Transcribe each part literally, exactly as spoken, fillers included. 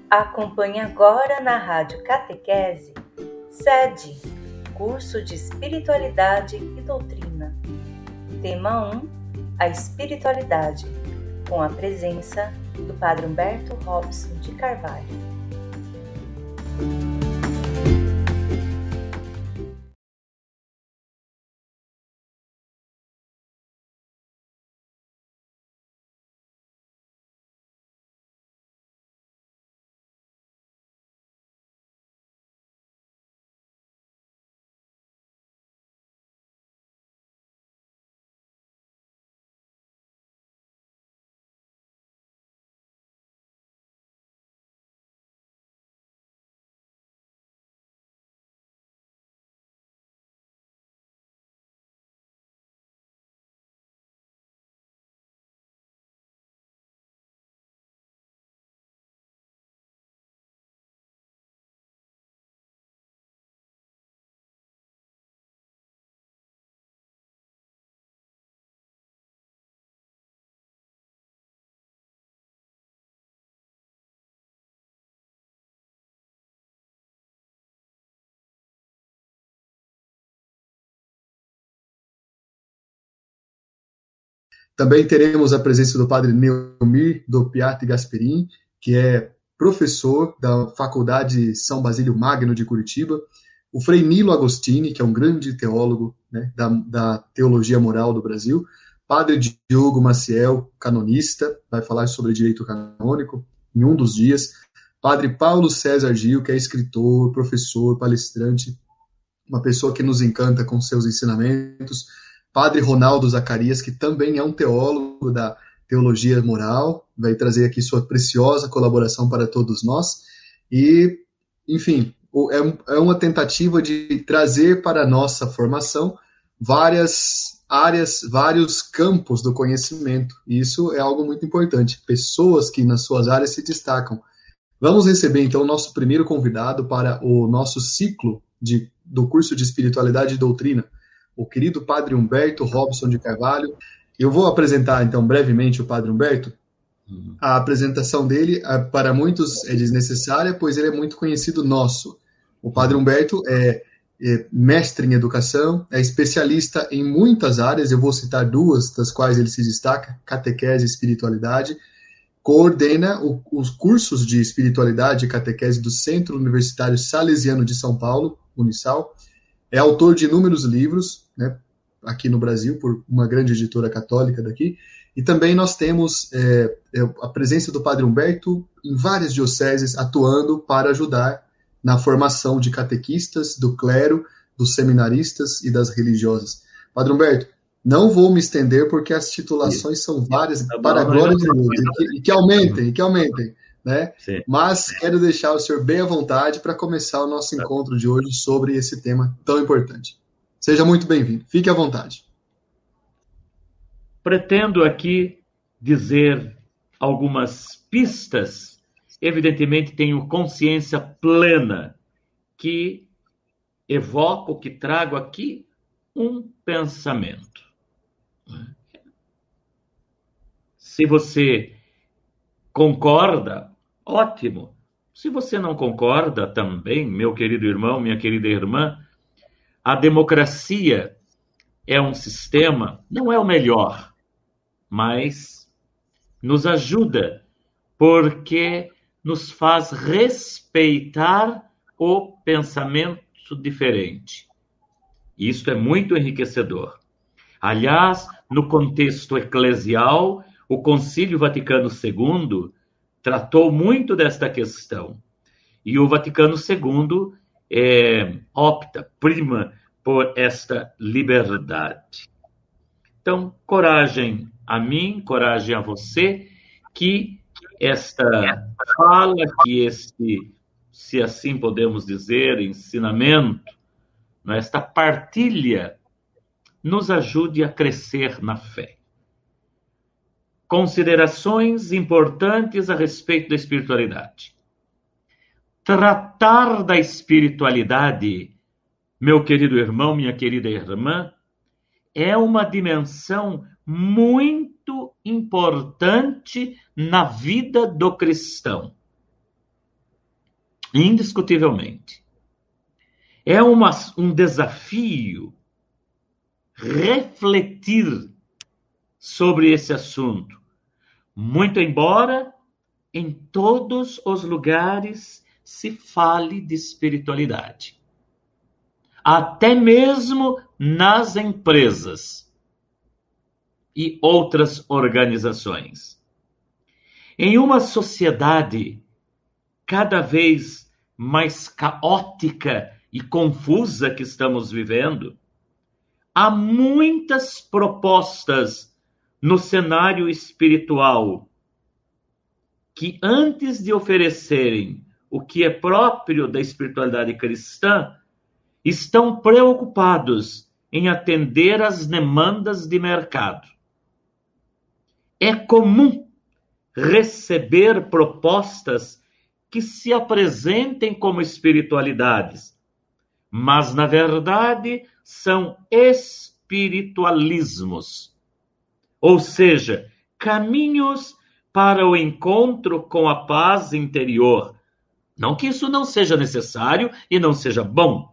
Acompanhe agora na Rádio Catequese, S E D, Curso de Espiritualidade e Doutrina. Tema um, a Espiritualidade, com a presença do Padre Humberto Robson de Carvalho. Também teremos a presença do padre Neomir Doppiati Gasperin, que é professor da Faculdade São Basílio Magno de Curitiba, o Frei Nilo Agostini, que é um grande teólogo, né, da, da teologia moral do Brasil, padre Diogo Maciel, canonista, vai falar sobre direito canônico em um dos dias, padre Paulo César Gil, que é escritor, professor, palestrante, uma pessoa que nos encanta com seus ensinamentos, Padre Ronaldo Zacarias, que também é um teólogo da teologia moral, vai trazer aqui sua preciosa colaboração para todos nós. E, enfim, é uma tentativa de trazer para a nossa formação várias áreas, vários campos do conhecimento. E isso é algo muito importante. Pessoas que nas suas áreas se destacam. Vamos receber, então, o nosso primeiro convidado para o nosso ciclo de, do curso de Espiritualidade e Doutrina, o querido Padre Humberto Robson de Carvalho. Eu vou apresentar, então, brevemente o Padre Humberto. Uhum. A apresentação dele, para muitos, é desnecessária, pois ele é muito conhecido nosso. O Padre Humberto é, é mestre em educação, é especialista em muitas áreas, eu vou citar duas, das quais ele se destaca, catequese e espiritualidade. Coordena o, os cursos de espiritualidade e catequese do Centro Universitário Salesiano de São Paulo, Unisal. É autor de inúmeros livros, né, aqui no Brasil, por uma grande editora católica daqui. E também nós temos é, a presença do Padre Humberto em várias dioceses, atuando para ajudar na formação de catequistas, do clero, dos seminaristas e das religiosas. Padre Humberto, não vou me estender porque as titulações são várias, tá para bom, a glória de Deus, e que, e que aumentem, e que aumentem. Né? Mas quero deixar o senhor bem à vontade para começar o nosso encontro de hoje sobre esse tema tão importante. Seja muito bem-vindo. Fique à vontade. Pretendo aqui dizer algumas pistas. Evidentemente, tenho consciência plena que evoco, que trago aqui um pensamento. Se você concorda, ótimo. Se você não concorda também, meu querido irmão, minha querida irmã, a democracia é um sistema, não é o melhor, mas nos ajuda, porque nos faz respeitar o pensamento diferente. Isso é muito enriquecedor. Aliás, no contexto eclesial, o Concílio Vaticano segundo tratou muito desta questão. E o Vaticano segundo é, opta, prima por esta liberdade. Então, coragem a mim, coragem a você, que esta fala, que este, se assim podemos dizer, ensinamento, esta partilha, nos ajude a crescer na fé. Considerações importantes a respeito da espiritualidade. Tratar da espiritualidade, meu querido irmão, minha querida irmã, é uma dimensão muito importante na vida do cristão. indiscutivelmente. É uma, um desafio refletir sobre esse assunto, muito embora em todos os lugares se fale de espiritualidade. Até mesmo nas empresas e outras organizações. Em uma sociedade cada vez mais caótica e confusa que estamos vivendo, há muitas propostas no cenário espiritual que, antes de oferecerem o que é próprio da espiritualidade cristã, estão preocupados em atender às demandas de mercado. É comum receber propostas que se apresentem como espiritualidades, mas, na verdade, são espiritualismos, ou seja, caminhos para o encontro com a paz interior. Não que isso não seja necessário e não seja bom.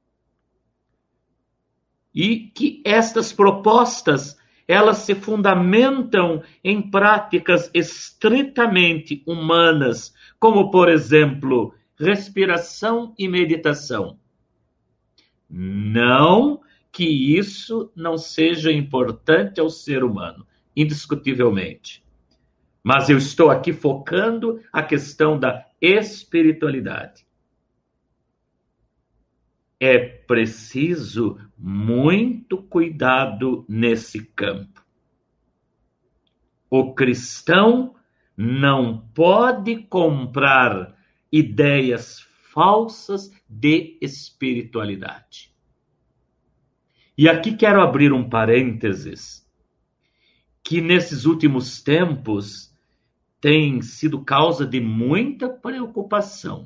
E que estas propostas, elas se fundamentam em práticas estritamente humanas, como, por exemplo, respiração e meditação. Não que isso não seja importante ao ser humano, indiscutivelmente. Mas eu estou aqui focando a questão da espiritualidade. É preciso muito cuidado nesse campo. O cristão não pode comprar ideias falsas de espiritualidade. E aqui quero abrir um parênteses, que nesses últimos tempos tem sido causa de muita preocupação.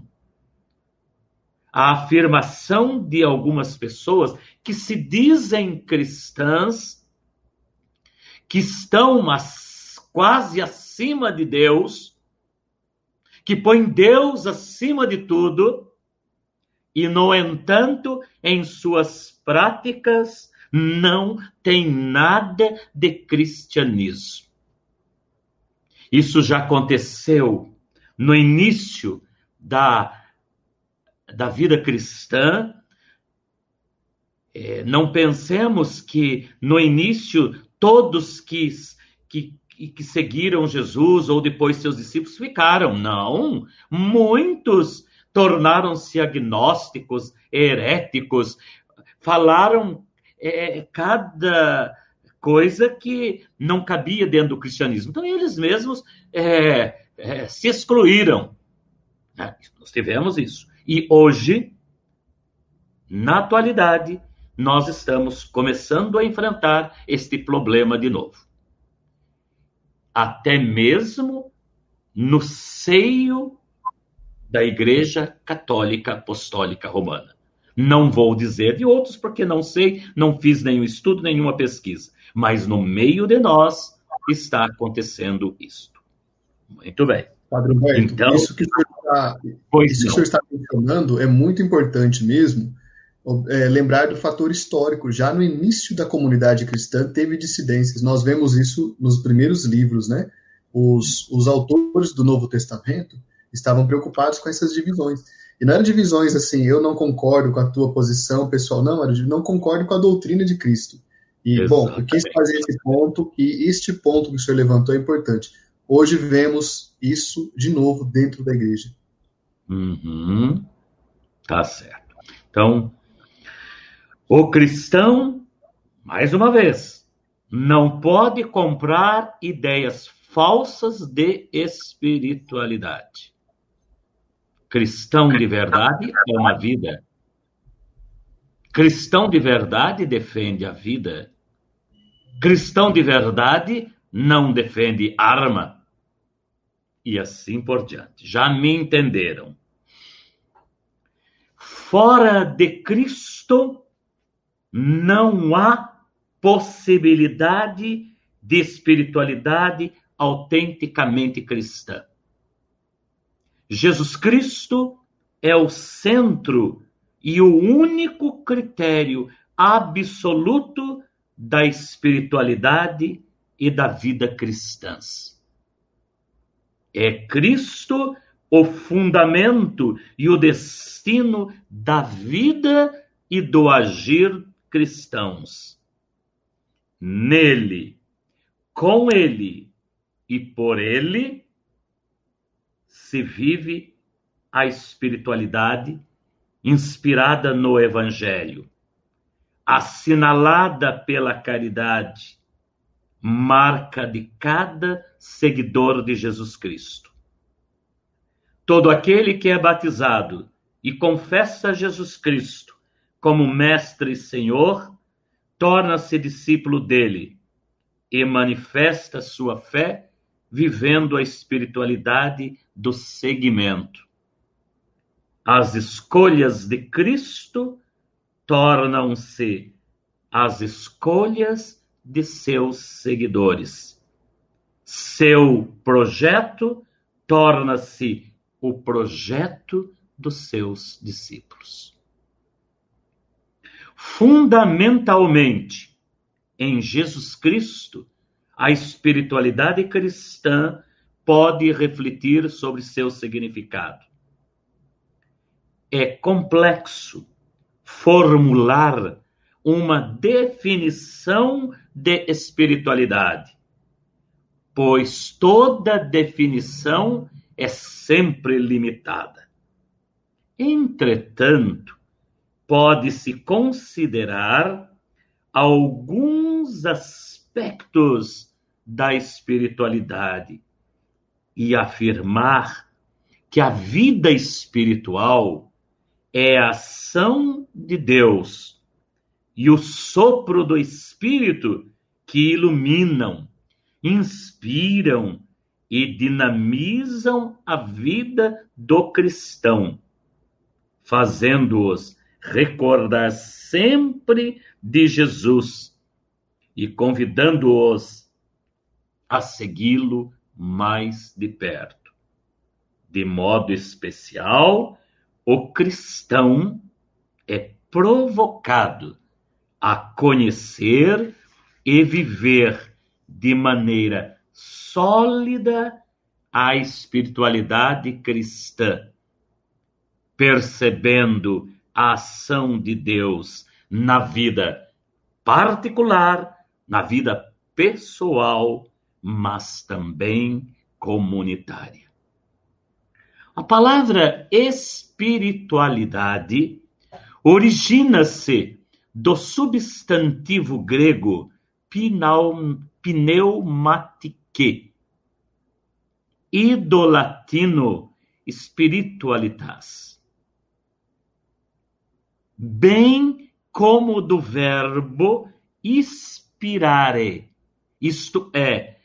A afirmação de algumas pessoas que se dizem cristãs, que estão quase acima de Deus, que põem Deus acima de tudo, e, no entanto, em suas práticas não tem nada de cristianismo. Isso já aconteceu no início da da vida cristã. É, não pensemos que no início todos que, que, que seguiram Jesus ou depois seus discípulos ficaram. Não, muitos tornaram-se agnósticos, heréticos, falaram é, cada coisa que não cabia dentro do cristianismo. Então eles mesmos é, é, se excluíram. Nós tivemos isso. E hoje, na atualidade, nós estamos começando a enfrentar este problema de novo. Até mesmo no seio da Igreja Católica Apostólica Romana. Não vou dizer de outros, porque não sei, não fiz nenhum estudo, nenhuma pesquisa. Mas no meio de nós está acontecendo isto. Muito bem. Padre Humberto, então, isso que o senhor está, isso que o senhor está mencionando é muito importante mesmo, é, lembrar do fator histórico. Já no início da comunidade cristã teve dissidências. Nós vemos isso nos primeiros livros, né? Os, os autores do Novo Testamento estavam preocupados com essas divisões. E não eram divisões assim, eu não concordo com a tua posição, pessoal, não, era não concordo com a doutrina de Cristo. E, exatamente. Bom, eu quis fazer esse ponto, e este ponto que o senhor levantou é importante. Hoje vemos isso de novo dentro da igreja. Uhum. Tá certo. Então, o cristão, mais uma vez, não pode comprar ideias falsas de espiritualidade. Cristão de verdade é uma vida. Cristão de verdade defende a vida. Cristão de verdade não defende arma. E assim por diante. Já me entenderam. Fora de Cristo, não há possibilidade de espiritualidade autenticamente cristã. Jesus Cristo é o centro e o único critério absoluto da espiritualidade e da vida cristãs. É Cristo o fundamento e o destino da vida e do agir cristãos. Nele, com ele e por ele, se vive a espiritualidade inspirada no Evangelho, assinalada pela caridade, marca de cada seguidor de Jesus Cristo. Todo aquele que é batizado e confessa Jesus Cristo como Mestre e Senhor, torna-se discípulo dele e manifesta sua fé vivendo a espiritualidade do seguimento. As escolhas de Cristo tornam-se as escolhas de seus seguidores. Seu projeto torna-se o projeto dos seus discípulos. Fundamentalmente, em Jesus Cristo, a espiritualidade cristã pode refletir sobre seu significado. É complexo formular uma definição de espiritualidade, pois toda definição é sempre limitada. Entretanto, pode-se considerar alguns aspectos da espiritualidade e afirmar que a vida espiritual é a ação de Deus e o sopro do Espírito que iluminam, inspiram e dinamizam a vida do cristão, fazendo-os recordar sempre de Jesus e convidando-os a segui-lo mais de perto. De modo especial, o cristão é provocado a conhecer e viver de maneira sólida a espiritualidade cristã, percebendo a ação de Deus na vida particular, na vida pessoal, mas também comunitária. A palavra espiritualidade origina-se do substantivo grego pneumatike e do latino spiritualitas, bem como do verbo inspirare, isto é,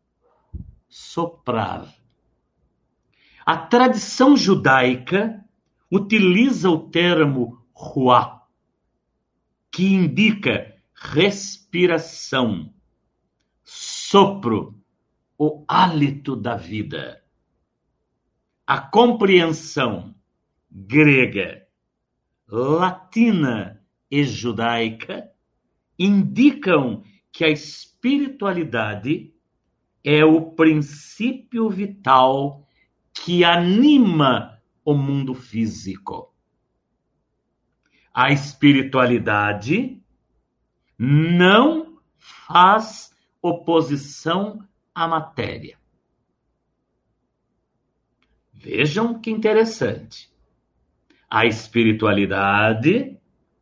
soprar. A tradição judaica utiliza o termo ruá, que indica respiração, sopro, o hálito da vida. A compreensão grega, latina e judaica indicam que a espiritualidade é o princípio vital que anima o mundo físico. A espiritualidade não faz oposição à matéria. Vejam que interessante. A espiritualidade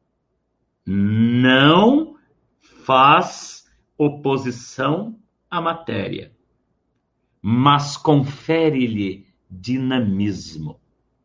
não faz oposição à matéria, mas confere-lhe dinamismo.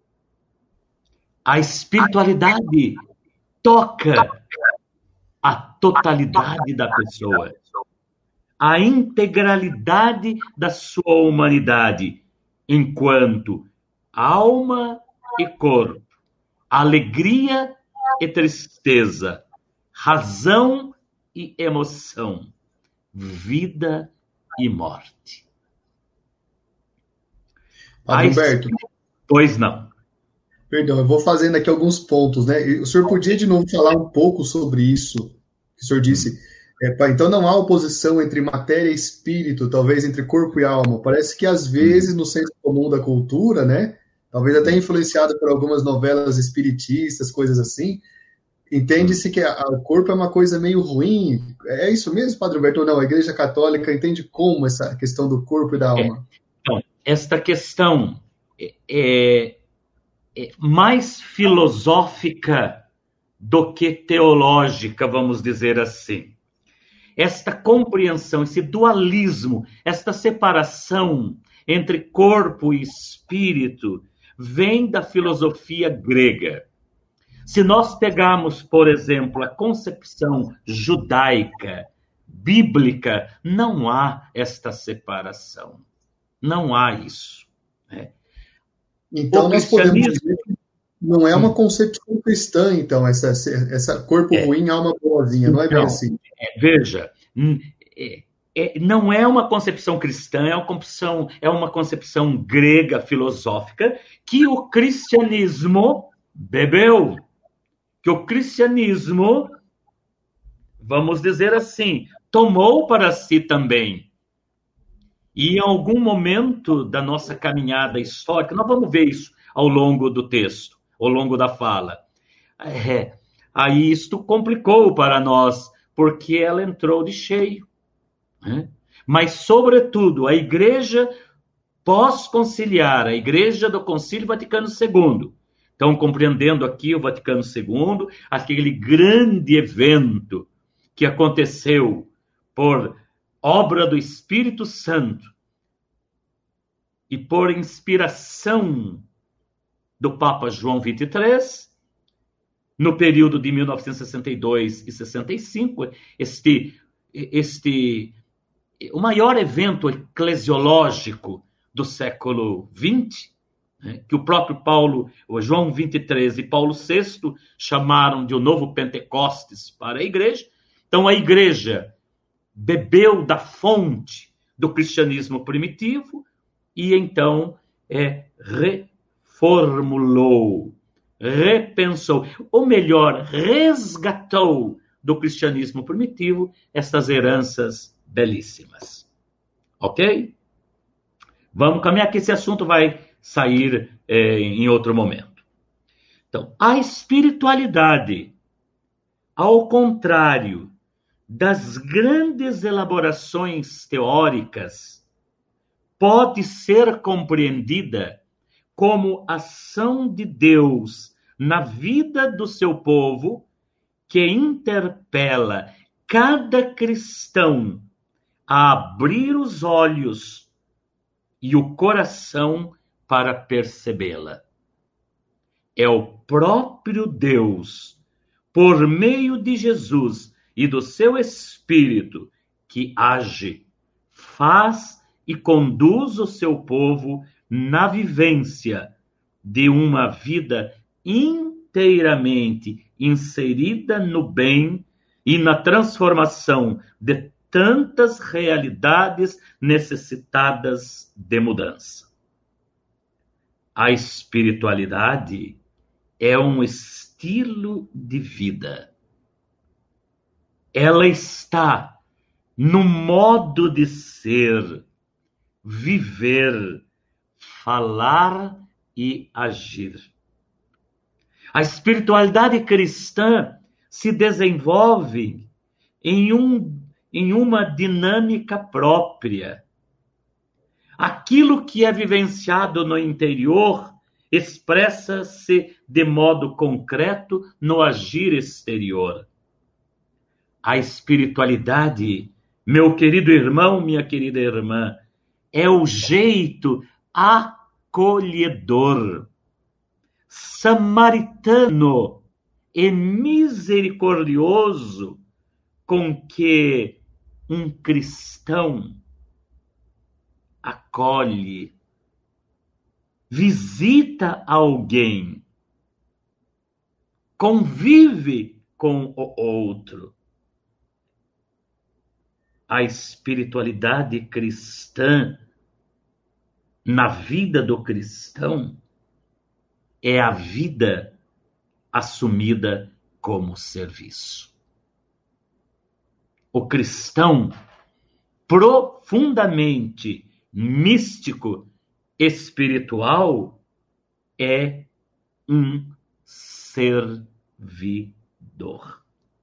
A espiritualidade toca a totalidade da pessoa, a integralidade da sua humanidade, enquanto alma e corpo, alegria e tristeza, razão e emoção, vida e morte. Padre Humberto, Pois não. Perdão, eu vou fazendo aqui alguns pontos, né? O senhor podia de novo falar um pouco sobre isso que o senhor disse? É, então não há oposição entre matéria e espírito, talvez entre corpo e alma. Parece que às vezes no senso comum da cultura, né? Talvez até influenciado por algumas novelas espiritistas, coisas assim, entende-se que a, a, o corpo é uma coisa meio ruim. É isso mesmo, Padre Humberto? Ou não? A Igreja Católica entende como essa questão do corpo e da alma? É, então, esta questão é, é mais filosófica do que teológica, vamos dizer assim. Esta compreensão, esse dualismo, esta separação entre corpo e espírito vem da filosofia grega. Se nós pegarmos, por exemplo, a concepção judaica, bíblica, não há esta separação. Não há isso. Né? Então, nós podemos dizer que não é uma concepção cristã, então, essa, essa corpo é. ruim, alma boazinha, não é bem assim? É, veja, é, é, não é uma concepção cristã, é uma concepção, é uma concepção grega, filosófica, que o cristianismo bebeu. Que o cristianismo, vamos dizer assim, tomou para si também. E em algum momento da nossa caminhada histórica, nós vamos ver isso ao longo do texto, ao longo da fala. É, aí isto complicou para nós, porque ela entrou de cheio. Né? Mas, sobretudo, a igreja pós-conciliar, a igreja do Concílio Vaticano segundo, então, compreendendo aqui o Vaticano segundo, aquele grande evento que aconteceu por obra do Espírito Santo e por inspiração do Papa João vinte e três, no período de mil novecentos e sessenta e dois e sessenta e cinco, este, este, o maior evento eclesiológico do século vinte, que o próprio Paulo, o João vinte e três e Paulo sexto chamaram de o novo Pentecostes para a igreja. Então a igreja bebeu da fonte do cristianismo primitivo e então é, reformulou, repensou, ou melhor, resgatou do cristianismo primitivo essas heranças belíssimas. Ok? Vamos caminhar que esse assunto vai sair é, em outro momento. Então, a espiritualidade, ao contrário das grandes elaborações teóricas, pode ser compreendida como ação de Deus na vida do seu povo, que interpela cada cristão a abrir os olhos e o coração para percebê-la. É o próprio Deus, por meio de Jesus e do seu Espírito, que age, faz e conduz o seu povo na vivência de uma vida inteiramente inserida no bem e na transformação de tantas realidades necessitadas de mudança. A espiritualidade é um estilo de vida. Ela está no modo de ser, viver, falar e agir. A espiritualidade cristã se desenvolve em, um, em uma dinâmica própria. Aquilo que é vivenciado no interior expressa-se de modo concreto no agir exterior. A espiritualidade, meu querido irmão, minha querida irmã, é o jeito acolhedor, samaritano e misericordioso com que um cristão acolhe, visita alguém, convive com o outro. A espiritualidade cristã, na vida do cristão, é a vida assumida como serviço. O cristão profundamente místico, espiritual, é um servidor.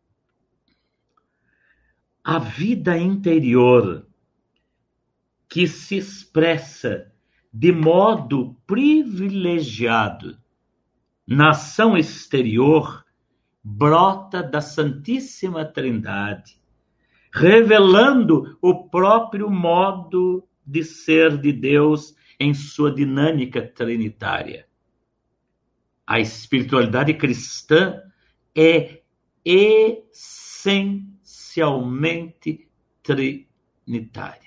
A vida interior que se expressa de modo privilegiado na ação exterior brota da Santíssima Trindade, revelando o próprio modo de ser de Deus em sua dinâmica trinitária. A espiritualidade cristã é essencialmente trinitária.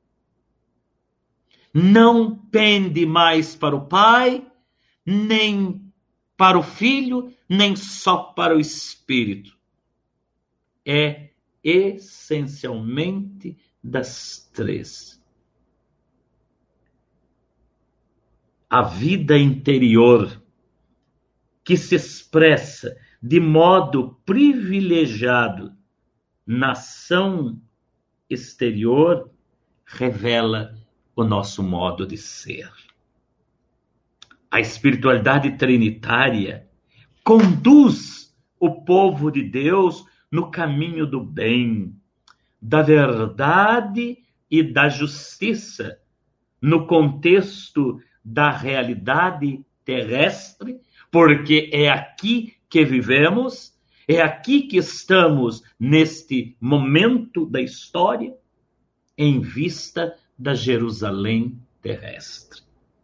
Não pende mais para o Pai, nem para o Filho, nem só para o Espírito. É essencialmente das três. A vida interior que se expressa de modo privilegiado na ação exterior revela o nosso modo de ser. A espiritualidade trinitária conduz o povo de Deus no caminho do bem, da verdade e da justiça, no contexto da realidade terrestre, porque é aqui que vivemos, é aqui que estamos neste momento da história, em vista da Jerusalém terrestre.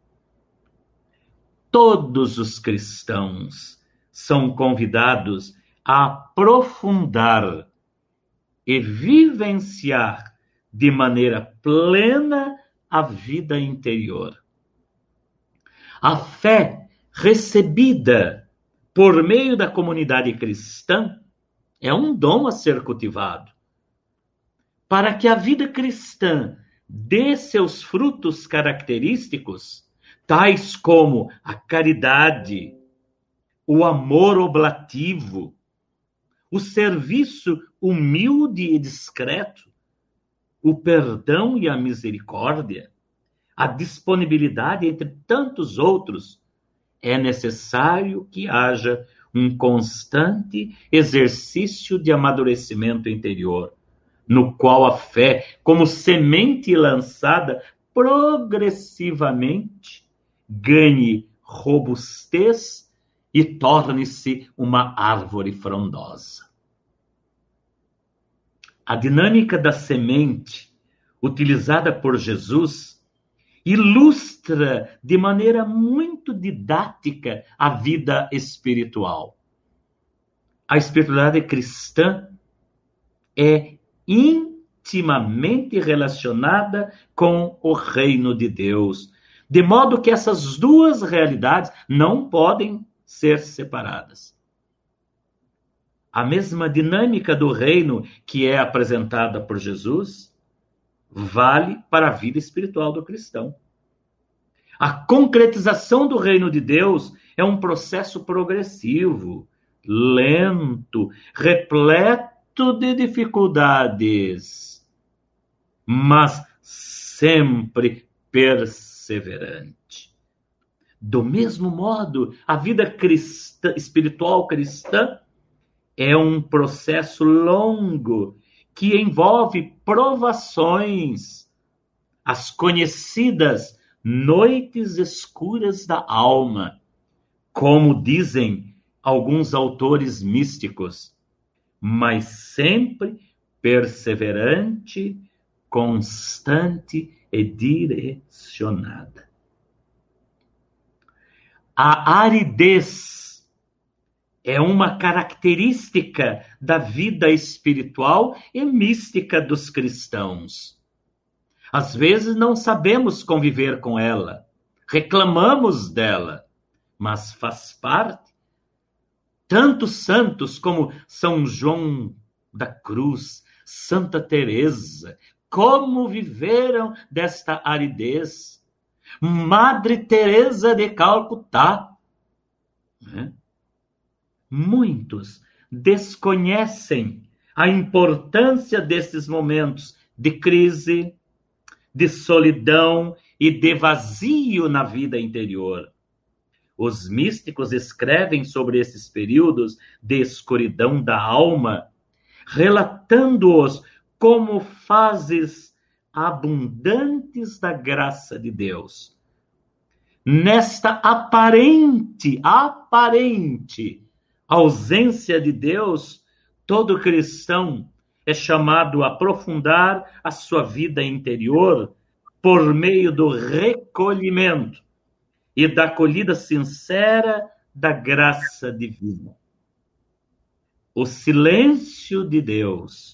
Todos os cristãos são convidados a aprofundar e vivenciar de maneira plena a vida interior. A fé recebida por meio da comunidade cristã é um dom a ser cultivado. Para que a vida cristã dê seus frutos característicos, tais como a caridade, o amor oblativo, o serviço humilde e discreto, o perdão e a misericórdia, a disponibilidade, entre tantos outros, é necessário que haja um constante exercício de amadurecimento interior, no qual a fé, como semente lançada progressivamente, ganhe robustez e torne-se uma árvore frondosa. A dinâmica da semente, utilizada por Jesus, ilustra de maneira muito didática a vida espiritual. A espiritualidade cristã é intimamente relacionada com o reino de Deus, de modo que essas duas realidades não podem ser separadas. A mesma dinâmica do reino que é apresentada por Jesus vale para a vida espiritual do cristão. A concretização do reino de Deus é um processo progressivo, lento, repleto de dificuldades, mas sempre perseverante. Do mesmo modo, a vida cristã, espiritual cristã é um processo longo que envolve provações, as conhecidas noites escuras da alma, como dizem alguns autores místicos, mas sempre perseverante, constante e direcionada. A aridez é uma característica da vida espiritual e mística dos cristãos. Às vezes não sabemos conviver com ela, reclamamos dela, mas faz parte. Tantos santos como São João da Cruz, Santa Teresa, como viveram desta aridez. Madre Teresa de Calcutá, né? Muitos desconhecem a importância desses momentos de crise, de solidão e de vazio na vida interior. Os místicos escrevem sobre esses períodos de escuridão da alma, relatando-os como fases abundantes da graça de Deus. Nesta aparente, aparente ausência de Deus, todo cristão é chamado a aprofundar a sua vida interior por meio do recolhimento e da acolhida sincera da graça divina. O silêncio de Deus,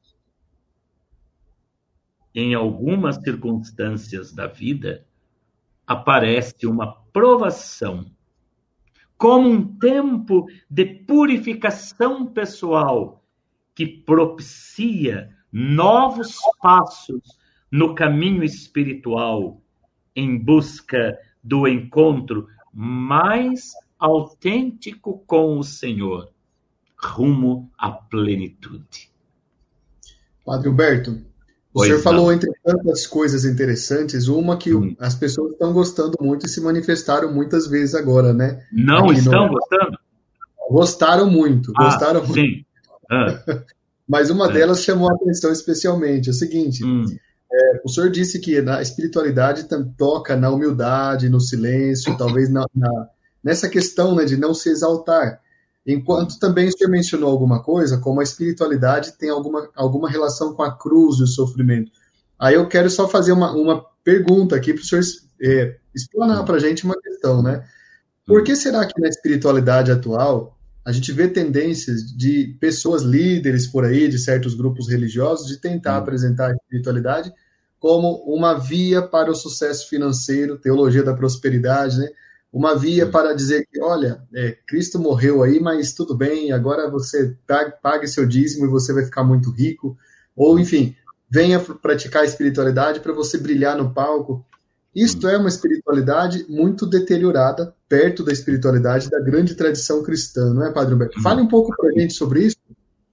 em algumas circunstâncias da vida, aparece uma provação, como um tempo de purificação pessoal que propicia novos passos no caminho espiritual em busca do encontro mais autêntico com o Senhor, rumo à plenitude. Padre Huberto, o Pois senhor não. falou entre tantas coisas interessantes, uma que Hum. as pessoas estão gostando muito e se manifestaram muitas vezes agora, né? Não Aqui estão no- gostando? Gostaram muito, gostaram ah, muito. sim. Ah, Mas uma É. delas chamou a atenção especialmente. É o seguinte, hum, o senhor disse que a espiritualidade tam- toca na humildade, no silêncio, talvez na, na- nessa questão, né, de não se exaltar. Enquanto também o senhor mencionou alguma coisa, como a espiritualidade tem alguma, alguma relação com a cruz e o sofrimento. Aí eu quero só fazer uma, uma pergunta aqui para o senhor é, explanar para a gente uma questão, né? Por que será que na espiritualidade atual a gente vê tendências de pessoas líderes por aí, de certos grupos religiosos, de tentar Hum. apresentar a espiritualidade como uma via para o sucesso financeiro, teologia da prosperidade, né? Uma via Hum. para dizer que, olha, é, Cristo morreu aí, mas tudo bem, agora você pague, pague seu dízimo e você vai ficar muito rico. Ou, enfim, venha praticar a espiritualidade para você brilhar no palco. Isto é uma espiritualidade muito deteriorada, perto da espiritualidade da grande tradição cristã, não é, Padre Humberto? Fale um pouco para a gente sobre isso.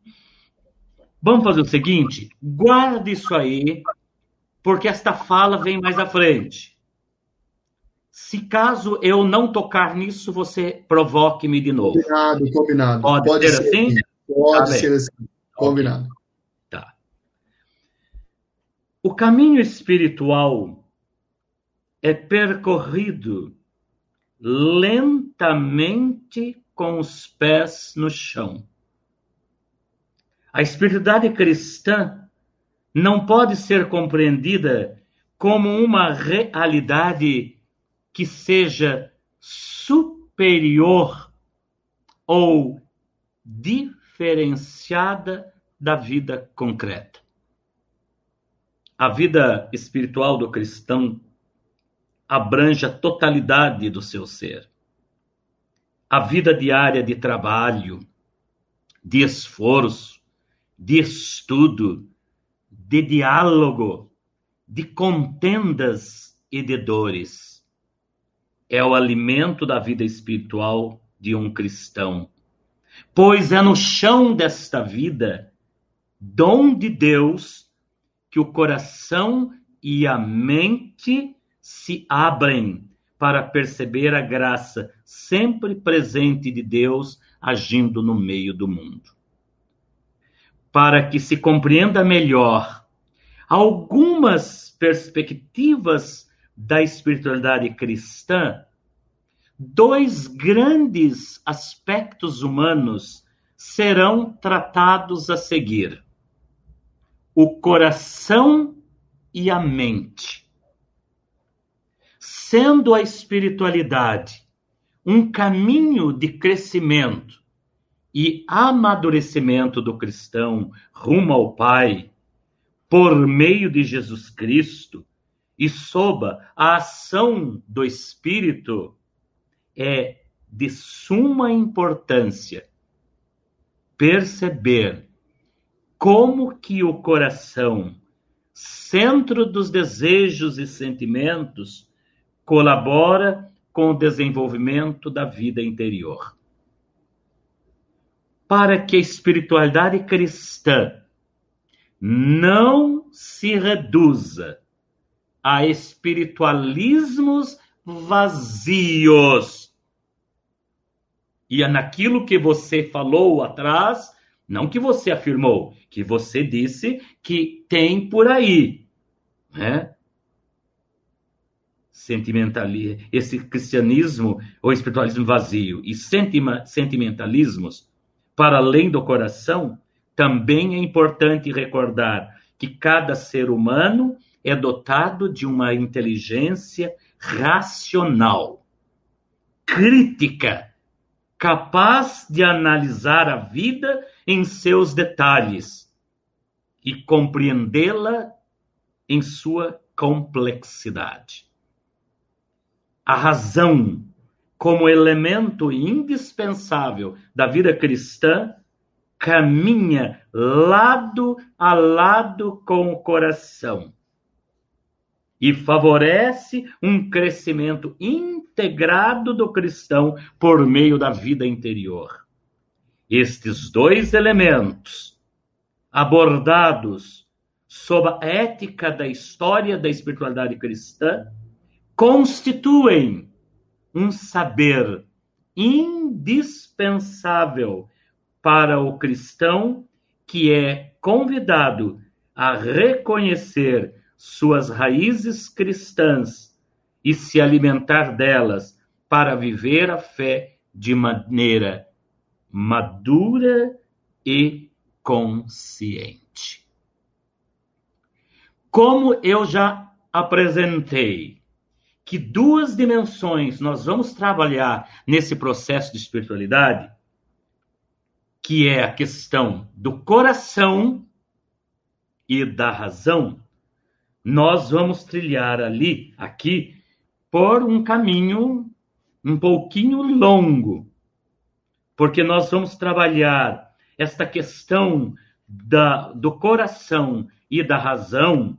Vamos fazer o seguinte, guarde isso aí, porque esta fala vem mais à frente. Se caso eu não tocar nisso, você provoque-me de novo. Combinado, combinado. Pode Pode ser assim? Pode Tá bem. ser assim. Combinado. Tá. O caminho espiritual é percorrido lentamente com os pés no chão. A espiritualidade cristã não pode ser compreendida como uma realidade que seja superior ou diferenciada da vida concreta. A vida espiritual do cristão abrange a totalidade do seu ser. A vida diária de trabalho, de esforço, de estudo, de diálogo, de contendas e de dores. É o alimento da vida espiritual de um cristão, pois é no chão desta vida, dom de Deus, que o coração e a mente se abrem para perceber a graça sempre presente de Deus agindo no meio do mundo. Para que se compreenda melhor algumas perspectivas da espiritualidade cristã, dois grandes aspectos humanos serão tratados a seguir: o coração e a mente. Sendo a espiritualidade um caminho de crescimento e amadurecimento do cristão rumo ao Pai, por meio de Jesus Cristo, e sob a ação do Espírito, é de suma importância perceber como que o coração, centro dos desejos e sentimentos, colabora com o desenvolvimento da vida interior. Para que a espiritualidade cristã não se reduza a espiritualismos vazios. E é naquilo que você falou atrás, não que você afirmou, que você disse que tem por aí, né? Sentimentalismo, esse cristianismo ou espiritualismo vazio e sentima, sentimentalismos para além do coração, também é importante recordar que cada ser humano é dotado de uma inteligência racional, crítica, capaz de analisar a vida em seus detalhes e compreendê-la em sua complexidade. A razão, como elemento indispensável da vida cristã, caminha lado a lado com o coração e favorece um crescimento integrado do cristão por meio da vida interior. Estes dois elementos, abordados sob a ética da história da espiritualidade cristã, constituem um saber indispensável para o cristão que é convidado a reconhecer suas raízes cristãs e se alimentar delas para viver a fé de maneira madura e consciente. Como eu já apresentei, que duas dimensões nós vamos trabalhar nesse processo de espiritualidade, que é a questão do coração e da razão, nós vamos trilhar ali, aqui, por um caminho um pouquinho longo, porque nós vamos trabalhar esta questão da, do coração e da razão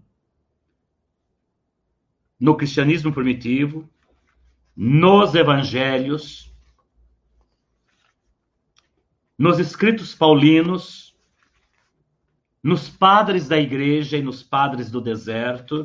no cristianismo primitivo, nos evangelhos, nos escritos paulinos, nos padres da igreja e nos padres do deserto,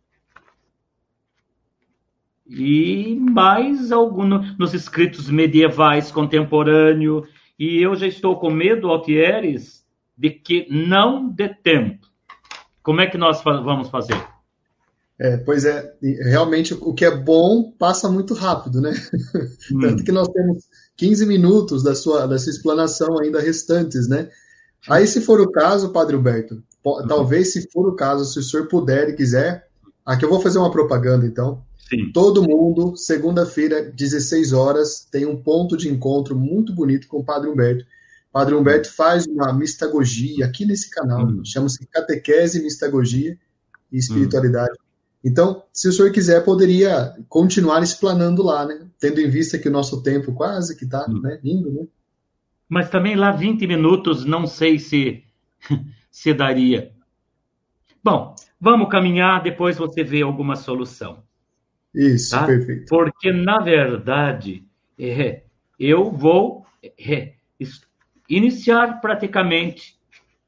e mais algum nos escritos medievais contemporâneos. E eu já estou com medo, Altieres, de que não dê tempo. Como é que nós vamos fazer? É, pois é, realmente o que é bom passa muito rápido, né? Hum. Tanto que nós temos quinze minutos da sua, da sua explanação ainda restantes, né? Aí, se for o caso, Padre Huberto, po- talvez, se for o caso, se o senhor puder e quiser, aqui eu vou fazer uma propaganda, então. Sim. Todo mundo, segunda-feira, dezesseis horas, tem um ponto de encontro muito bonito com o Padre Humberto. Padre Humberto faz uma mistagogia aqui nesse canal, Hum. chama-se Catequese, Mistagogia e Espiritualidade. Hum. Então, se o senhor quiser, poderia continuar explanando lá, né? Tendo em vista que o nosso tempo quase que está hum. né, indo, né? Mas também lá vinte minutos, não sei se, se daria. Bom, vamos caminhar, depois você vê alguma solução. Isso, tá? Perfeito. Porque, na verdade, é, eu vou é, iniciar praticamente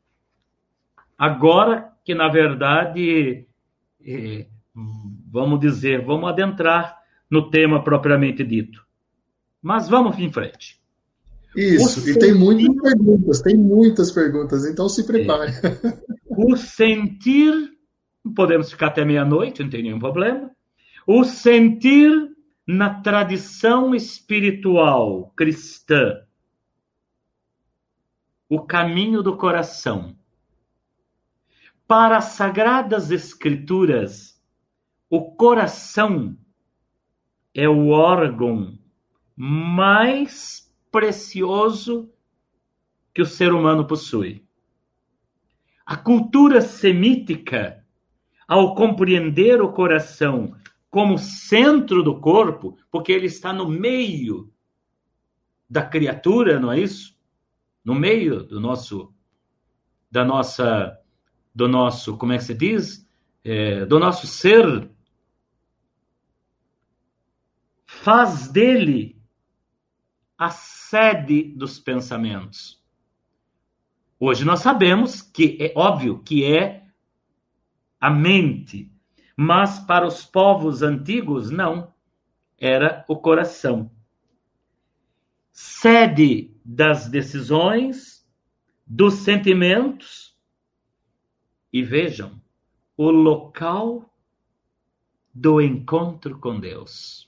agora que, na verdade, é, vamos dizer, vamos adentrar no tema propriamente dito. Mas vamos em frente. Isso, o e sentir... tem muitas perguntas, tem muitas perguntas, então se prepare. É. O sentir, podemos ficar até meia-noite, não tem nenhum problema. O sentir na tradição espiritual cristã, o caminho do coração. Para as Sagradas Escrituras, o coração é o órgão mais precioso que o ser humano possui. A cultura semítica, ao compreender o coração como centro do corpo, porque ele está no meio da criatura, não é isso? No meio do nosso, da nossa, do nosso, como é que se diz? É, do nosso ser. faz dele a sede dos pensamentos. Hoje nós sabemos que é óbvio que é a mente, mas para os povos antigos não, era o coração. Sede das decisões, dos sentimentos e vejam, o local do encontro com Deus.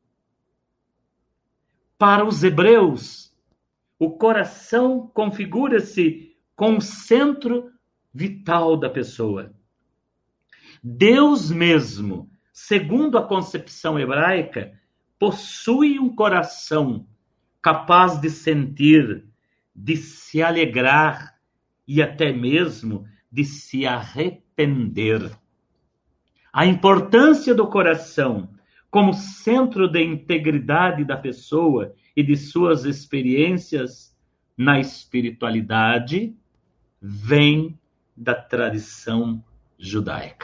Para os hebreus, o coração configura-se com o centro vital da pessoa. Deus mesmo, segundo a concepção hebraica, possui um coração capaz de sentir, de se alegrar e até mesmo de se arrepender. A importância do coração como centro de integridade da pessoa e de suas experiências na espiritualidade vem da tradição judaica.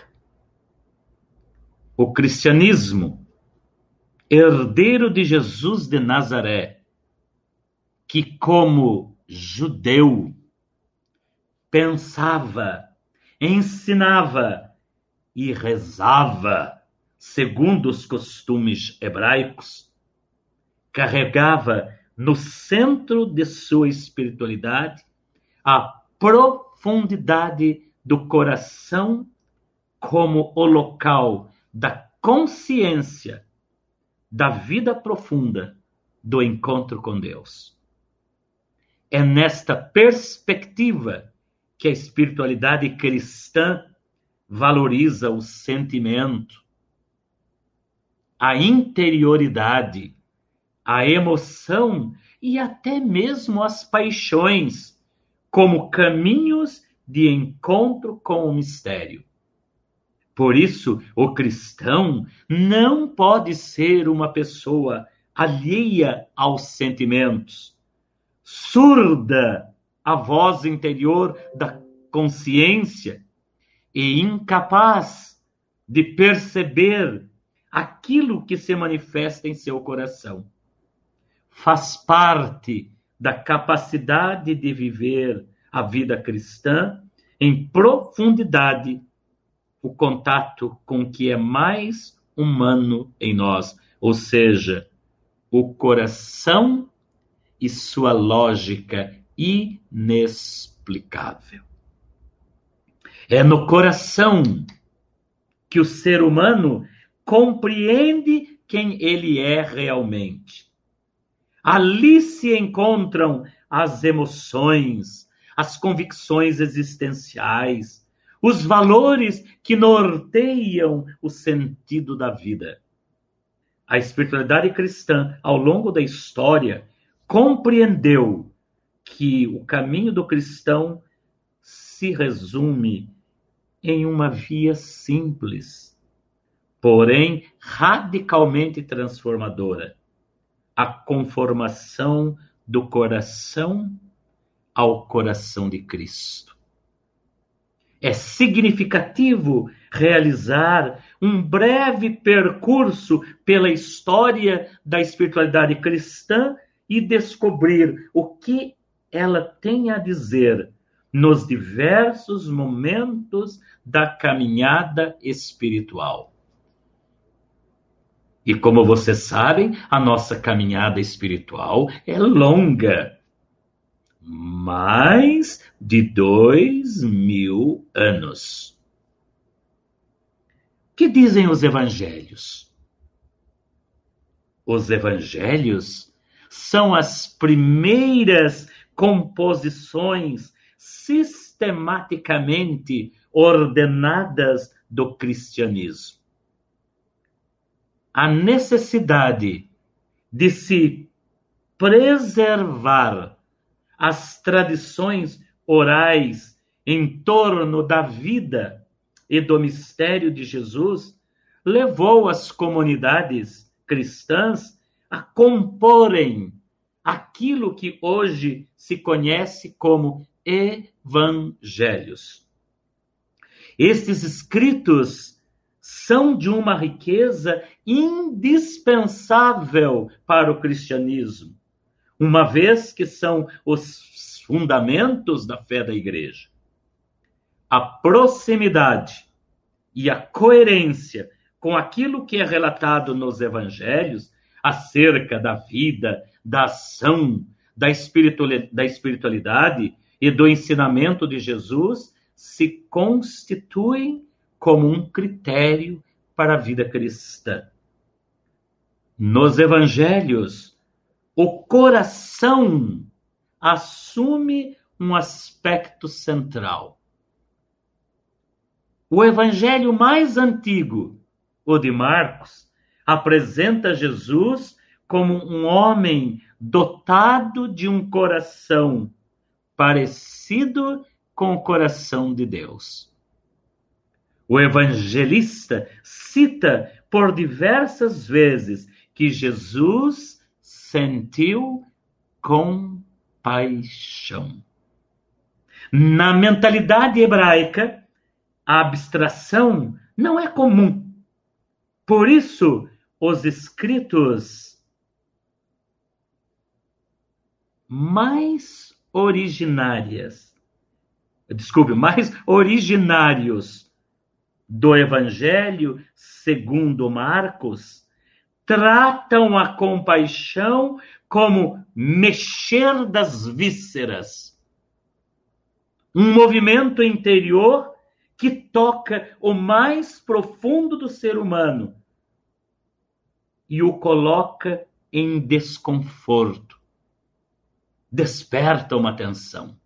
O cristianismo, herdeiro de Jesus de Nazaré, que como judeu pensava, ensinava e rezava segundo os costumes hebraicos, carregava no centro de sua espiritualidade a profundidade do coração como o local da consciência da vida profunda do encontro com Deus. É nesta perspectiva que a espiritualidade cristã valoriza o sentimento, a interioridade, a emoção e até mesmo as paixões como caminhos de encontro com o mistério. Por isso, o cristão não pode ser uma pessoa alheia aos sentimentos, surda à voz interior da consciência e incapaz de perceber aquilo que se manifesta em seu coração. Faz parte da capacidade de viver a vida cristã em profundidade o contato com o que é mais humano em nós, ou seja, o coração e sua lógica inexplicável. É no coração que o ser humano compreende quem ele é realmente. Ali se encontram as emoções, as convicções existenciais, os valores que norteiam o sentido da vida. A espiritualidade cristã, ao longo da história, compreendeu que o caminho do cristão se resume em uma via simples, porém radicalmente transformadora: a conformação do coração ao coração de Cristo. É significativo realizar um breve percurso pela história da espiritualidade cristã e descobrir o que ela tem a dizer nos diversos momentos da caminhada espiritual. E como vocês sabem, a nossa caminhada espiritual é longa. Mais de dois mil anos. O que dizem os evangelhos? Os evangelhos são as primeiras composições sistematicamente ordenadas do cristianismo. A necessidade de se preservar as tradições orais em torno da vida e do mistério de Jesus levou as comunidades cristãs a comporem aquilo que hoje se conhece como evangelhos. Estes escritos são de uma riqueza indispensável para o cristianismo, uma vez que são os fundamentos da fé da igreja. A proximidade e a coerência com aquilo que é relatado nos evangelhos acerca da vida, da ação, da espiritualidade e do ensinamento de Jesus se constituem como um critério para a vida cristã. Nos evangelhos, o coração assume um aspecto central. O evangelho mais antigo, o de Marcos, apresenta Jesus como um homem dotado de um coração parecido com o coração de Deus. O evangelista cita por diversas vezes que Jesus sentiu compaixão. Na mentalidade hebraica, a abstração não é comum. Por isso, os escritos mais originárias, desculpe, mais originários do Evangelho segundo Marcos tratam a compaixão como mexer das vísceras, um movimento interior que toca o mais profundo do ser humano e o coloca em desconforto, desperta uma tensão.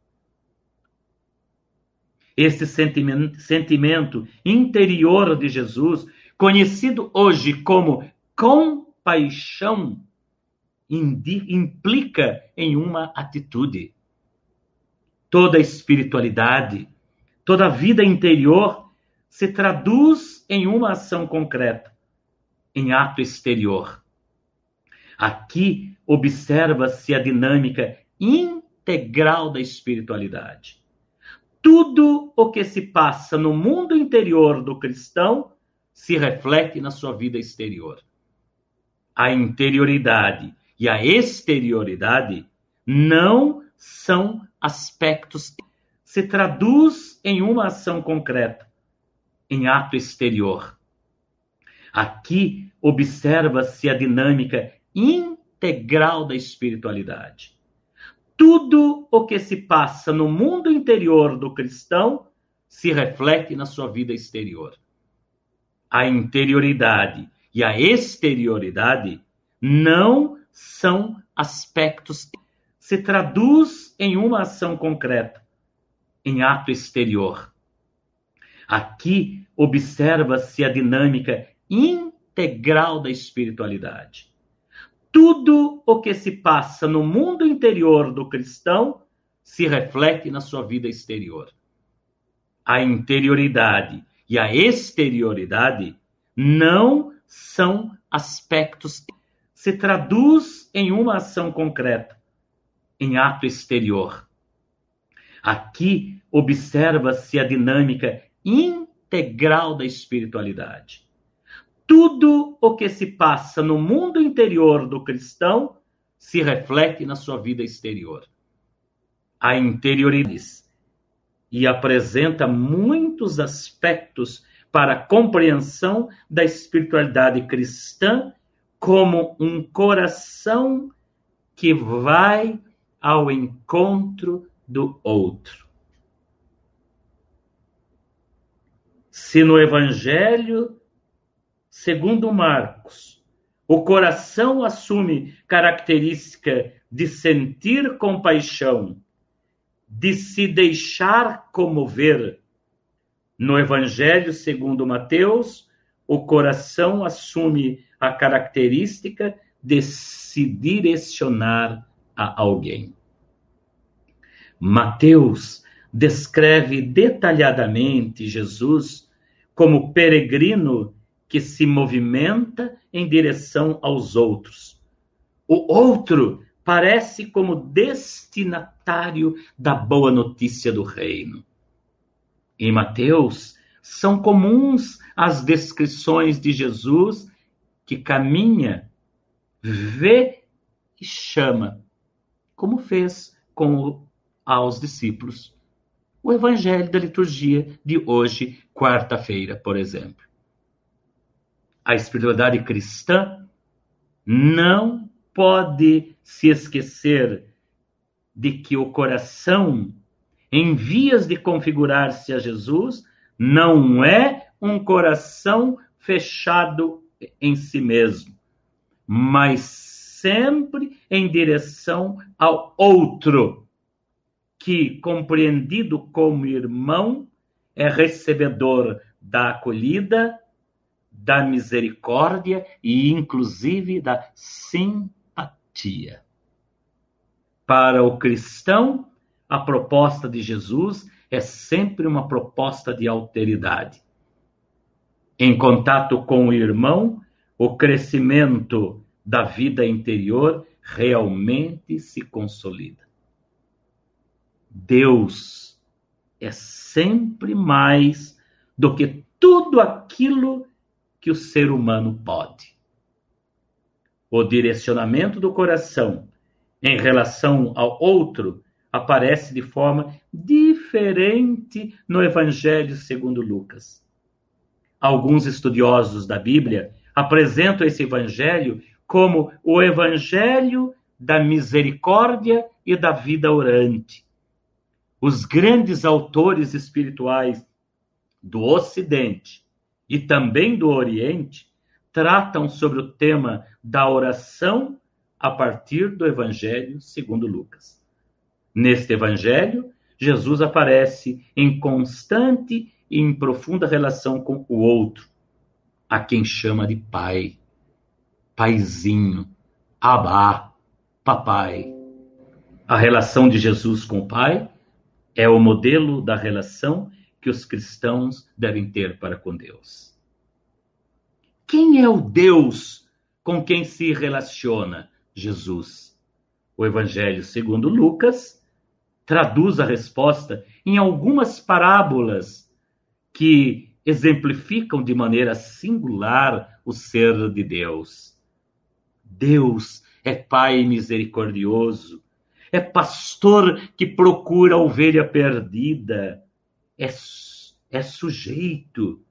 Esse sentimento, sentimento interior de Jesus, conhecido hoje como compaixão, indi- implica em uma atitude. Toda espiritualidade, toda vida interior se traduz em uma ação concreta, em ato exterior. Aqui observa-se a dinâmica integral da espiritualidade. Tudo o que se passa no mundo interior do cristão se reflete na sua vida exterior. A interioridade e a exterioridade não são aspectos, se traduz em uma ação concreta, em ato exterior. Aqui observa-se a dinâmica integral da espiritualidade. Tudo o que se passa no mundo interior do cristão se reflete na sua vida exterior. A interioridade e a exterioridade não são aspectos, se traduz em uma ação concreta, em ato exterior. Aqui observa-se a dinâmica integral da espiritualidade. Tudo o que se passa no mundo interior do cristão se reflete na sua vida exterior. A interioridade e a exterioridade não são aspectos, se traduz em uma ação concreta, em ato exterior. Aqui observa-se a dinâmica integral da espiritualidade. Tudo o que se passa no mundo interior do cristão se reflete na sua vida exterior. A interioridade e apresenta muitos aspectos para a compreensão da espiritualidade cristã como um coração que vai ao encontro do outro. Se no Evangelho segundo Marcos, o coração assume característica de sentir compaixão, de se deixar comover. No Evangelho segundo Mateus, o coração assume a característica de se direcionar a alguém. Mateus descreve detalhadamente Jesus como peregrino que se movimenta em direção aos outros. O outro parece como destinatário da boa notícia do reino. Em Mateus, são comuns às descrições de Jesus, que caminha, vê e chama, como fez com aos discípulos. O evangelho da liturgia de hoje, quarta-feira, por exemplo. A espiritualidade cristã não pode se esquecer de que o coração, em vias de configurar-se a Jesus, não é um coração fechado em si mesmo, mas sempre em direção ao outro, que, compreendido como irmão, é recebedor da acolhida, da misericórdia e, inclusive, da simpatia. Para o cristão, a proposta de Jesus é sempre uma proposta de alteridade. Em contato com o irmão, o crescimento da vida interior realmente se consolida. Deus é sempre mais do que tudo aquilo que o ser humano pode. O direcionamento do coração em relação ao outro aparece de forma diferente no Evangelho segundo Lucas. Alguns estudiosos da Bíblia apresentam esse Evangelho como o Evangelho da misericórdia e da vida orante. Os grandes autores espirituais do Ocidente e também do Oriente tratam sobre o tema da oração a partir do Evangelho segundo Lucas. Neste Evangelho, Jesus aparece em constante e em profunda relação com o outro, a quem chama de pai, paizinho, abá, papai. A relação de Jesus com o Pai é o modelo da relação que os cristãos devem ter para com Deus. Quem é o Deus com quem se relaciona Jesus? O Evangelho segundo Lucas traduz a resposta em algumas parábolas que exemplificam de maneira singular o ser de Deus. Deus é Pai misericordioso, é pastor que procura a ovelha perdida, é, é sujeito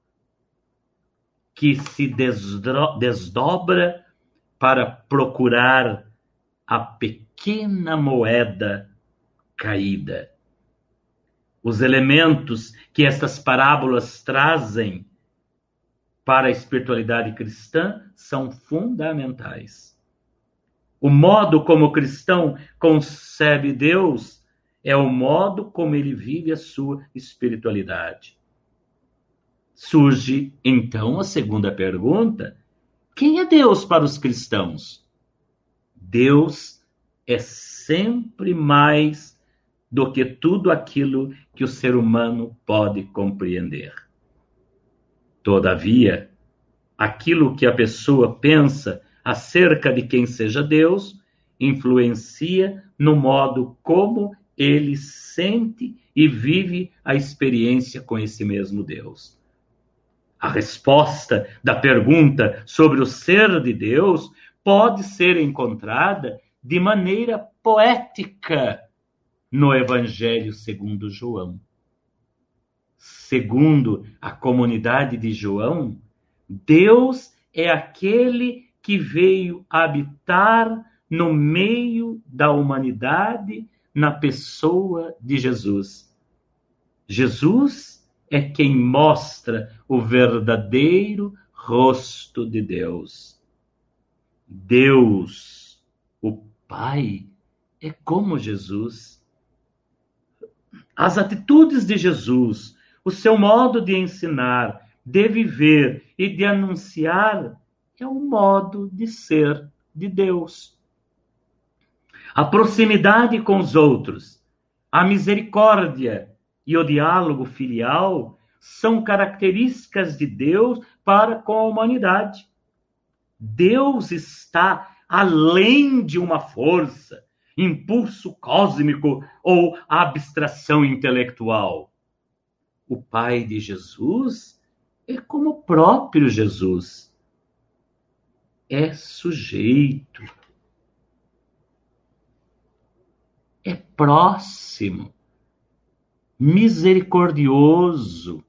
que se desdro, desdobra para procurar a pequena moeda caída. Os elementos que estas parábolas trazem para a espiritualidade cristã são fundamentais. O modo como o cristão concebe Deus é o modo como ele vive a sua espiritualidade. Surge, então, a segunda pergunta: quem é Deus para os cristãos? Deus é sempre mais do que tudo aquilo que o ser humano pode compreender. Todavia, aquilo que a pessoa pensa acerca de quem seja Deus influencia no modo como ele sente e vive a experiência com esse mesmo Deus. A resposta da pergunta sobre o ser de Deus pode ser encontrada de maneira poética no Evangelho segundo João. Segundo a comunidade de João, Deus é aquele que veio habitar no meio da humanidade na pessoa de Jesus. Jesus é quem mostra o verdadeiro rosto de Deus. Deus, o Pai, é como Jesus. As atitudes de Jesus, o seu modo de ensinar, de viver e de anunciar é o modo de ser de Deus. A proximidade com os outros, a misericórdia e o diálogo filial são características de Deus para com a humanidade. Deus está além de uma força, impulso cósmico ou abstração intelectual. o Pai de Jesus é como o próprio Jesus. É sujeito. É próximo. Misericordioso.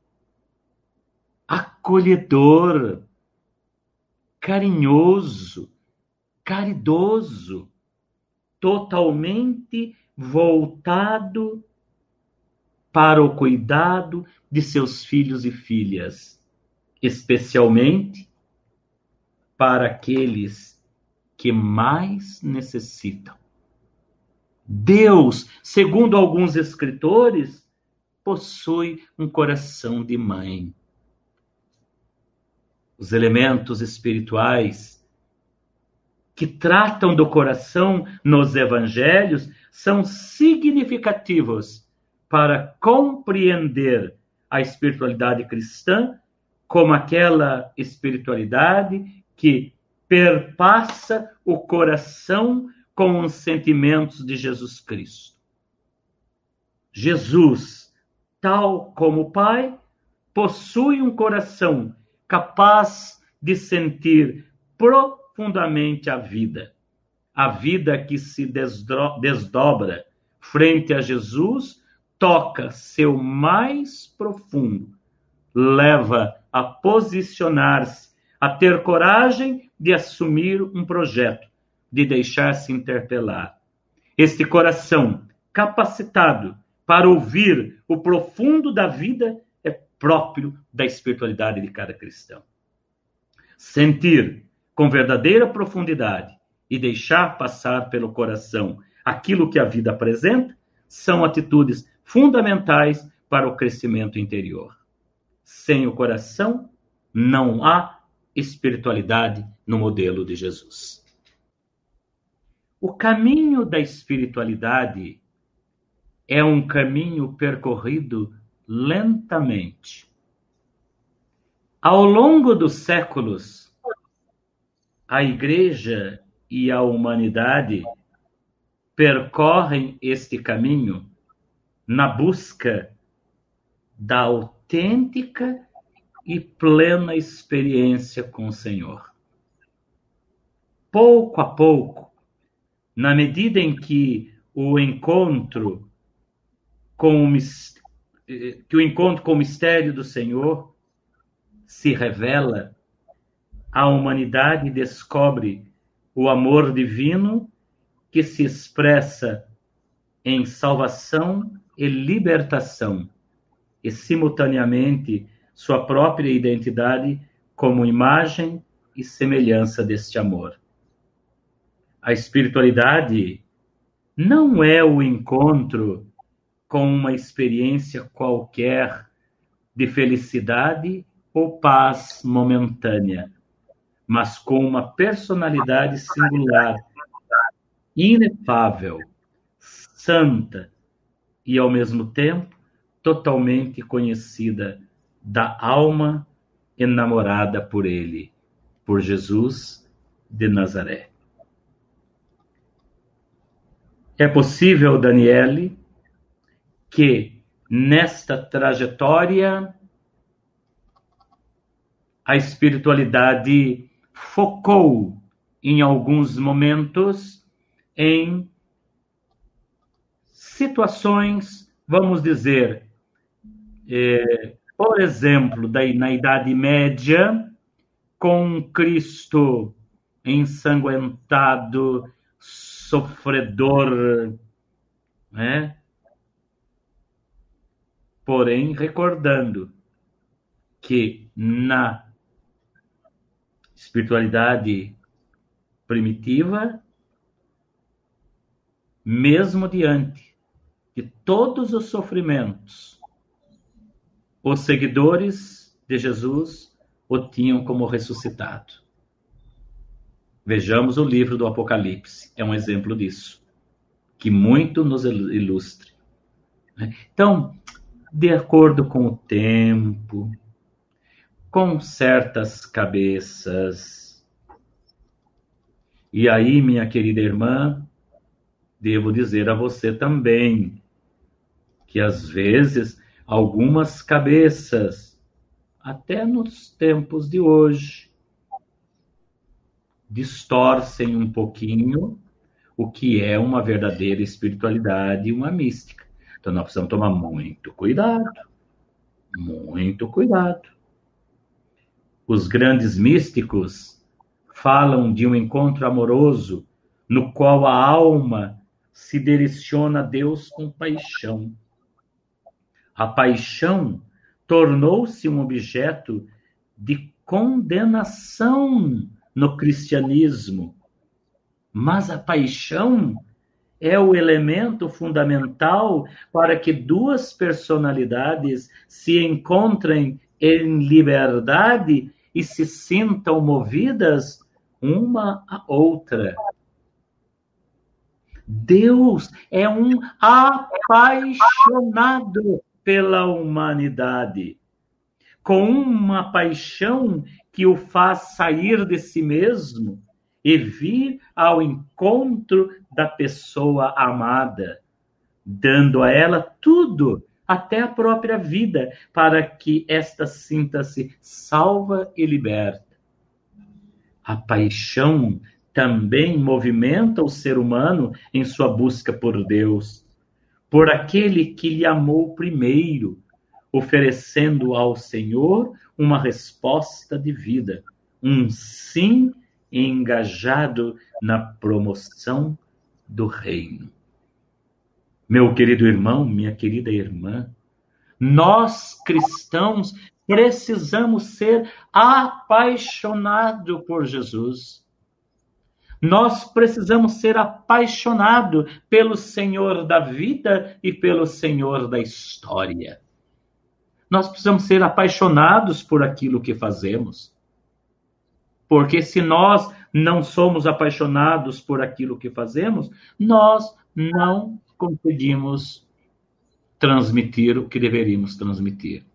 Acolhedor. Carinhoso. Caridoso. Totalmente voltado para o cuidado de seus filhos e filhas, especialmente para aqueles que mais necessitam. Deus, segundo alguns escritores, possui um coração de mãe. Os elementos espirituais que tratam do coração nos evangelhos são significativos para compreender a espiritualidade cristã como aquela espiritualidade que perpassa o coração com os sentimentos de Jesus Cristo. Jesus, tal como o Pai, possui um coração capaz de sentir profundamente a vida. A vida que se desdobra frente a Jesus toca seu mais profundo, leva a posicionar-se, a ter coragem de assumir um projeto, de deixar-se interpelar. Este coração capacitado para ouvir o profundo da vida é próprio da espiritualidade de cada cristão. Sentir com verdadeira profundidade e deixar passar pelo coração aquilo que a vida apresenta são atitudes fundamentais para o crescimento interior. Sem o coração, não há espiritualidade no modelo de Jesus. O caminho da espiritualidade é um caminho percorrido lentamente. Ao longo dos séculos, a Igreja e a humanidade percorrem este caminho na busca da autêntica e plena experiência com o Senhor. Pouco a pouco, na medida em que o encontro com o, que o encontro com o mistério do Senhor se revela, a humanidade descobre o amor divino que se expressa em salvação e libertação, e simultaneamente sua própria identidade como imagem e semelhança deste amor. A espiritualidade não é o encontro com uma experiência qualquer de felicidade ou paz momentânea, mas com uma personalidade singular, inefável, santa e, ao mesmo tempo, totalmente conhecida da alma enamorada por ele, por Jesus de Nazaré. É possível, Daniele, que nesta trajetória a espiritualidade focou em alguns momentos em situações, vamos dizer, é, por exemplo, daí, na Idade Média, com Cristo ensanguentado, sofredor, né? Porém, recordando que na espiritualidade primitiva, mesmo diante de todos os sofrimentos, os seguidores de Jesus o tinham como ressuscitado. Vejamos o livro do Apocalipse, é um exemplo disso, que muito nos ilustra. Então, de acordo com o tempo, com certas cabeças, e aí, minha querida irmã, devo dizer a você também que às vezes Algumas cabeças, até nos tempos de hoje, distorcem um pouquinho o que é uma verdadeira espiritualidade e uma mística. Então nós precisamos tomar muito cuidado, muito cuidado. Os grandes místicos falam de um encontro amoroso no qual a alma se direciona a Deus com paixão. A paixão tornou-se um objeto de condenação no cristianismo, mas a paixão é o elemento fundamental para que duas personalidades se encontrem em liberdade e se sintam movidas uma a outra. Deus é um apaixonado pela humanidade, com uma paixão que o faz sair de si mesmo e vir ao encontro da pessoa amada, dando a ela tudo, até a própria vida, para que esta sinta-se salva e liberta. A paixão também movimenta o ser humano em sua busca por Deus, por aquele que lhe amou primeiro, oferecendo ao Senhor uma resposta de vida, um sim engajado na promoção do reino. Meu querido irmão, minha querida irmã, nós cristãos precisamos ser apaixonados por Jesus. Nós precisamos ser apaixonados pelo Senhor da vida e pelo Senhor da história. Nós precisamos ser apaixonados por aquilo que fazemos. Porque se nós não somos apaixonados por aquilo que fazemos, nós não conseguimos transmitir o que deveríamos transmitir.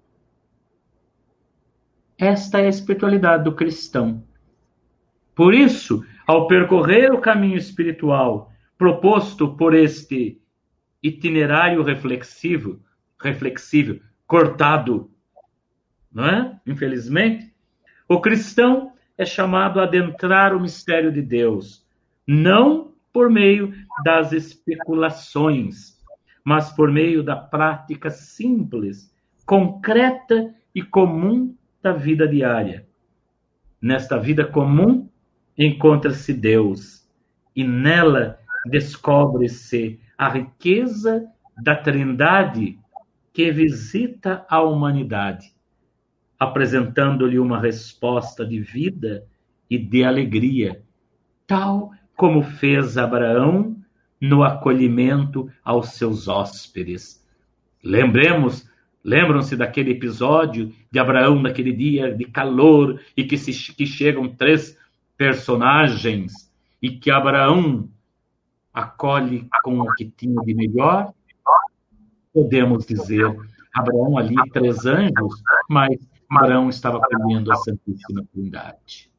Esta é a espiritualidade do cristão. Por isso, ao percorrer o caminho espiritual proposto por este itinerário reflexivo, reflexível, cortado, não é? Infelizmente, o cristão é chamado a adentrar o mistério de Deus, não por meio das especulações, mas por meio da prática simples, concreta e comum da vida diária. Nesta vida comum, encontra-se Deus, e nela descobre-se a riqueza da Trindade que visita a humanidade, apresentando-lhe uma resposta de vida e de alegria, tal como fez Abraão no acolhimento aos seus hóspedes. Lembremos, lembram-se daquele episódio de Abraão naquele dia de calor e que, se, que chegam três personagens e que Abraão acolhe com o que tinha de melhor? Podemos dizer, Abraão ali, três anjos, mas Abraão estava acolhendo a Santíssima Trindade.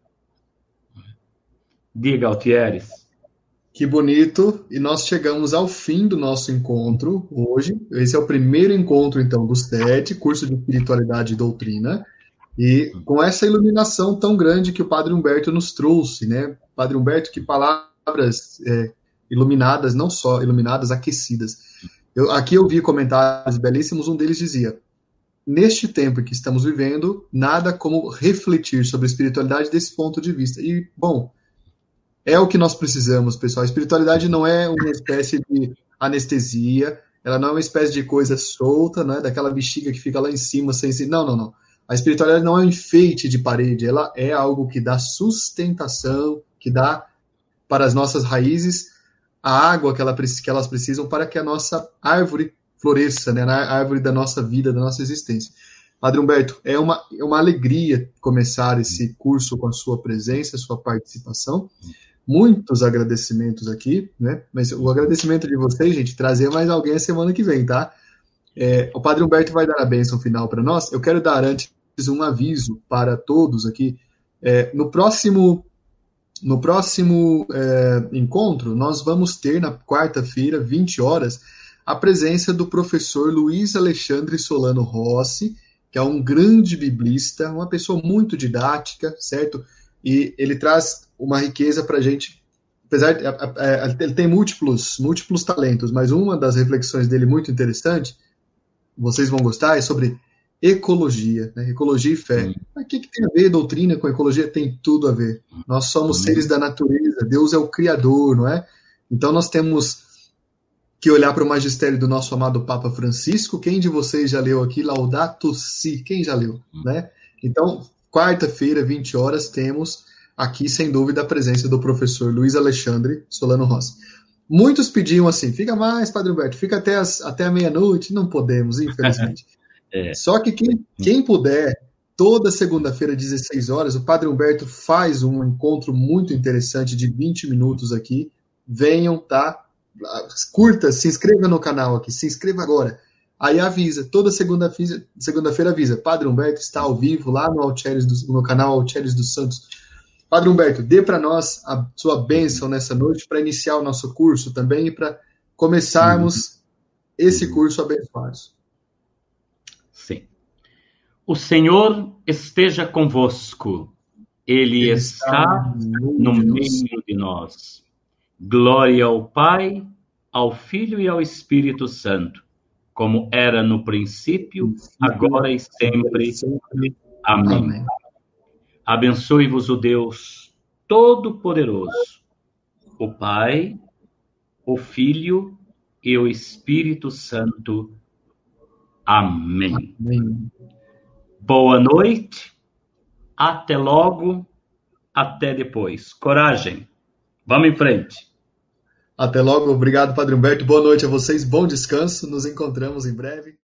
Diga, Altieres. Que bonito, e nós chegamos ao fim do nosso encontro hoje. Esse é o primeiro encontro, então, dos sete, curso de Espiritualidade e Doutrina, e com essa iluminação tão grande que o Padre Humberto nos trouxe, né? Padre Humberto, que palavras é, iluminadas, não só iluminadas, aquecidas. Eu, aqui eu vi comentários belíssimos, um deles dizia: neste tempo que estamos vivendo, nada como refletir sobre a espiritualidade desse ponto de vista. E, bom, é o que nós precisamos, pessoal. A espiritualidade não é uma espécie de anestesia, ela não é uma espécie de coisa solta, né, daquela bexiga que fica lá em cima, sem si. Não, não, não. A espiritualidade não é um enfeite de parede, ela é algo que dá sustentação, que dá para as nossas raízes a água que, ela, que elas precisam para que a nossa árvore floresça, né, a árvore da nossa vida, da nossa existência. Padre Humberto, é uma, é uma alegria começar esse curso com a sua presença, a sua participação. Muitos agradecimentos aqui, né? Mas o agradecimento de vocês, gente, trazer mais alguém a semana que vem, tá? É, o Padre Humberto vai dar a bênção final para nós. Eu quero dar antes um aviso para todos aqui. É, no próximo, no próximo é, encontro, nós vamos ter, na quarta-feira, vinte horas, a presença do professor Luiz Alexandre Solano Rossi, que é um grande biblista, uma pessoa muito didática, certo? E ele traz uma riqueza para a gente, apesar de ele tem múltiplos, múltiplos talentos, mas uma das reflexões dele muito interessante, vocês vão gostar, é sobre ecologia, né? Ecologia e fé. Sim. Mas o que, que tem a ver doutrina com ecologia? Tem tudo a ver. Nós somos Sim. seres da natureza, Deus é o Criador, não é? Então nós temos que olhar para o magistério do nosso amado Papa Francisco. Quem de vocês já leu aqui Laudato Si? Quem já leu? Né? Então, quarta-feira, vinte horas, temos aqui, sem dúvida, a presença do professor Luiz Alexandre Solano Rossi. Muitos pediam assim, fica mais, Padre Humberto, fica até, as, até a meia-noite. Não podemos, infelizmente. é. Só que quem, quem puder, toda segunda-feira, às dezesseis horas, o Padre Humberto faz um encontro muito interessante de vinte minutos aqui. Venham, tá? Curta, se inscreva no canal aqui, se inscreva agora. Aí avisa, toda segunda-feira segunda-feira avisa, Padre Humberto está ao vivo lá no, do, no canal Altíeres dos Santos. Padre Humberto, dê para nós a sua bênção nessa noite para iniciar o nosso curso também e para começarmos esse curso abençoados. Sim. O Senhor esteja convosco. Ele, Ele está no meio de nós. Glória ao Pai, ao Filho e ao Espírito Santo, como era no princípio, agora e sempre. Amém. Amém. Abençoe-vos o Deus Todo-Poderoso, o Pai, o Filho e o Espírito Santo. Amém. Amém. Boa noite, até logo, até depois. Coragem, vamos em frente. Até logo, obrigado, Padre Humberto. Boa noite a vocês, bom descanso. Nos encontramos em breve.